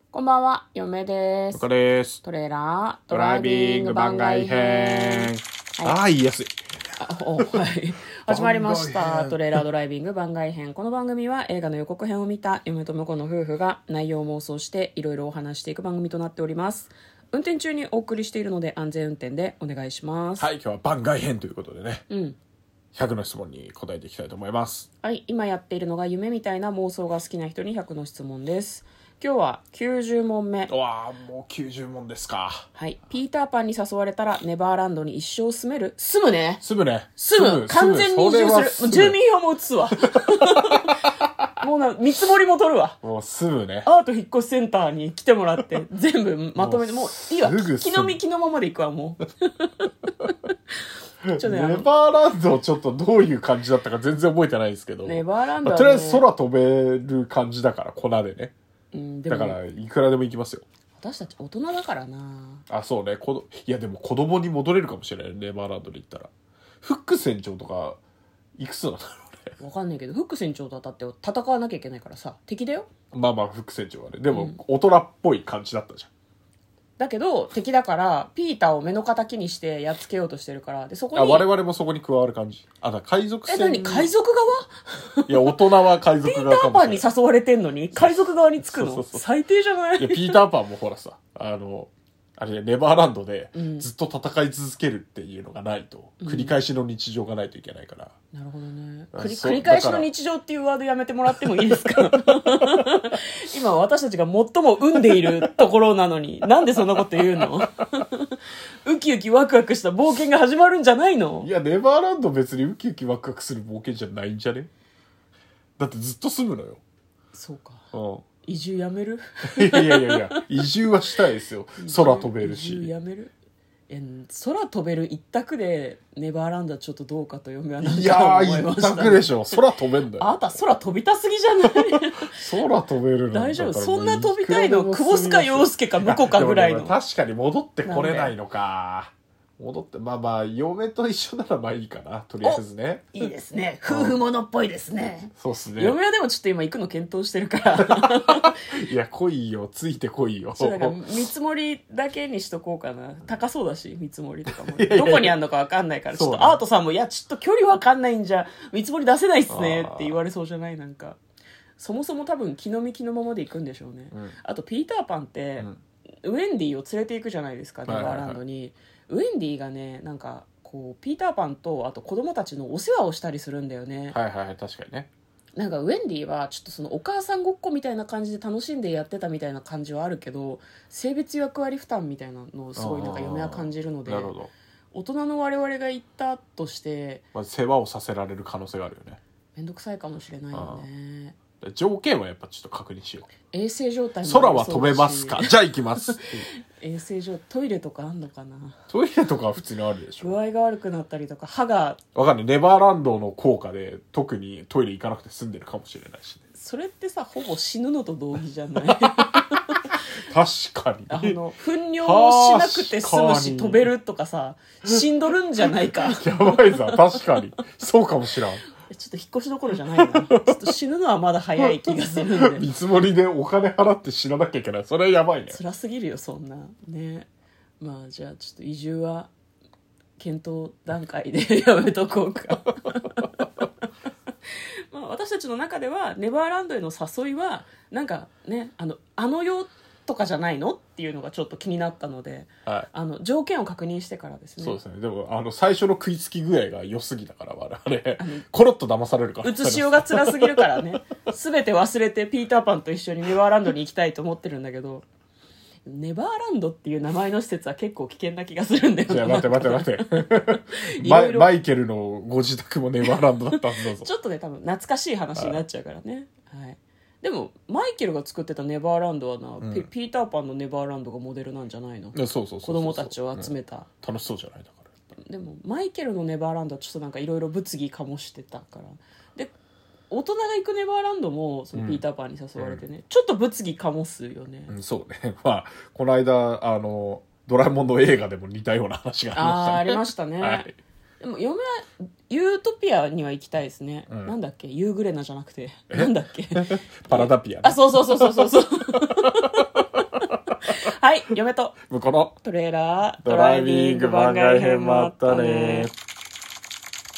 こんばんは、嫁です。 岡です。 トレーラードドライビング番外編。 はい、 言いやすい。 はい、始まりまし番外編。 たトレーラードライビング番外編。この番組は映画の予告編を見た嫁と婿の夫婦が内容を妄想していろいろお話していく番組となっております。運転中にお送りしているので安全運転でお願いします。 はい、今日は番外編ということでね、 うん、 100の質問に答えていきたいと思います。 はい、今やっているのが夢みたいな妄想が好きな人に100の質問です。今日は90問目。 わー、もう90問ですか。 はい。ピーターパンに誘われたらネバーランドに一生住める？住むね。 住むね。 住む。完全に移住する。もう住民票も移すわ。もう見積もりも取るわ。 もう住むね。 アート引っ越しセンターに来てもらって全部まとめて、もういいわ。気の身気のままで行くわ、もう。 ネバーランドちょっとどういう感じだったか全然覚えてないですけど。 ネバーランドは、ね、 とりあえず空飛べる感じだから、粉でね。 でもだからいくらでも行きますよ。 私たち大人だからなあ、そうね。いやでも子供に戻れるかもしれない。ネバーランドに行ったら。フック船長とかいくつなんだろうね。 わかんないけど、フック船長と当たって戦わなきゃいけないからさ、敵だよ。 まあまあフック船長はね。でも、大人っぽい感じだったじゃん。 だけど敵だからピーターを目の敵にしてやっつけようとしてるから。でそこに我々もそこに加わる感じ。海賊船。 何海賊側？ いや大人は海賊側かもしれない。 ピーターパンに誘われてんのに海賊側につくの？ そう最低じゃない？ いやピーターパンもほらさあれネバーランドでずっと戦い続けるっていうのがないと、繰り返しの日常がないといけないから。 なるほどね。繰り返しの日常っていうワードやめてもらってもいいですか？今私たちが最も産んでいるところなのになんでそんなこと言うの？ウキウキワクワクした冒険が始まるんじゃないの？ いやネバーランド別にウキウキワクワクする冒険じゃないんじゃね？だってずっと住むのよ。 そうか。 うん。 移住やめる？ いや移住はしたいですよ。空飛べるし。 移住やめる？空飛べる一択でネバーランドはちょっとどうかと嫁はなんか思いました、ね、 一択でしょ。空飛べんだよ。 あなた空飛びたすぎじゃない？ 空飛べるの大丈夫？そんな飛びたいの久保須か陽介か婿かぐらいの。 確かに戻ってこれないのか。戻ってまあ嫁と一緒ならまあいいかな、とりあえずね。 いいですね。夫婦ものっぽいですね。 そうっすね。 嫁はでもちょっと今行くの検討してるからいや来いよ、ついてこいよ。 だから見積もりだけにしとこうかな。高そうだし見積もりとかもどこにあんのか分かんないから、ちょっとアートさんもいやちょっと距離分かんないんじゃ見積もり出せないっすねって言われそうじゃない？なんかそもそも多分気の身気のままで行くんでしょうね、あとピーターパンって、ウェンディを連れて行くじゃないですか、ネバーランドに、ウェンディがねなんかこうピーターパンとあと子供たちのお世話をしたりするんだよね。 はい確かにね。 なんかウェンディはちょっとそのお母さんごっこみたいな感じで楽しんでやってたみたいな感じはあるけど、性別役割負担みたいなのをすごいなんか嫁は感じるので、 なるほど。 大人の我々が言ったとして、 世話をさせられる可能性があるよね。 めんどくさいかもしれないよね。 条件はやっぱちょっと確認しよう。 衛生状態も空は飛べますか？じゃあ行きます衛生状態、トイレとかあんのかな？ トイレとかは普通にあるでしょ。 具合が悪くなったりとか歯がわかんない。ネバーランドの効果で特にトイレ行かなくて済んでるかもしれないしね。 それってさほぼ死ぬのと同義じゃない？ 確かに糞尿をしなくて済むし飛べるとかさ死んどるんじゃないか。 やばいぞ。確かにそうかもしらん。 ちょっと引っ越しどころじゃないな。ちょっと死ぬのはまだ早い気がするんで。 見積もりでお金払って死ななきゃいけない。それはやばいね。 辛すぎるよそんなね。まあじゃあちょっと移住は検討段階でやめとこうか。まあ私たちの中ではネバーランドへの誘いはなんかねあの世とかじゃないのっていうのがちょっと気になったので、 はい、 条件を確認してからですね。 そうですね。でも最初の食いつき具合が良すぎたからあれコロッと騙されるから。 うつしようが辛すぎるからね。全て忘れてピーターパンと一緒にネバーランドに行きたいと思ってるんだけど、ネバーランドっていう名前の施設は結構危険な気がするんだよな。 じゃあ待ってマイケルのご自宅もネバーランドだったんだぞ。 ちょっとね多分懐かしい話になっちゃうからね、はい、でもマイケルが作ってたネバーランドはな、ピーターパンのネバーランドがモデルなんじゃないの？ そう子供たちを集めた、 楽しそうじゃないだから。 でもマイケルのネバーランドはちょっとなんかいろいろ物議醸してたから、で大人が行くネバーランドもそのピーターパンに誘われてね、ちょっと物議醸すよね、 そうね。まあこの間ドラえもんの映画でも似たような話がありましたね。はい、でも嫁はユートピアには行きたいですね、なんだっけユーグレナじゃなくてなんだっけパラダピア、ね、 あそうはい、嫁と向こうのトレーラードライビング番外編もあったね。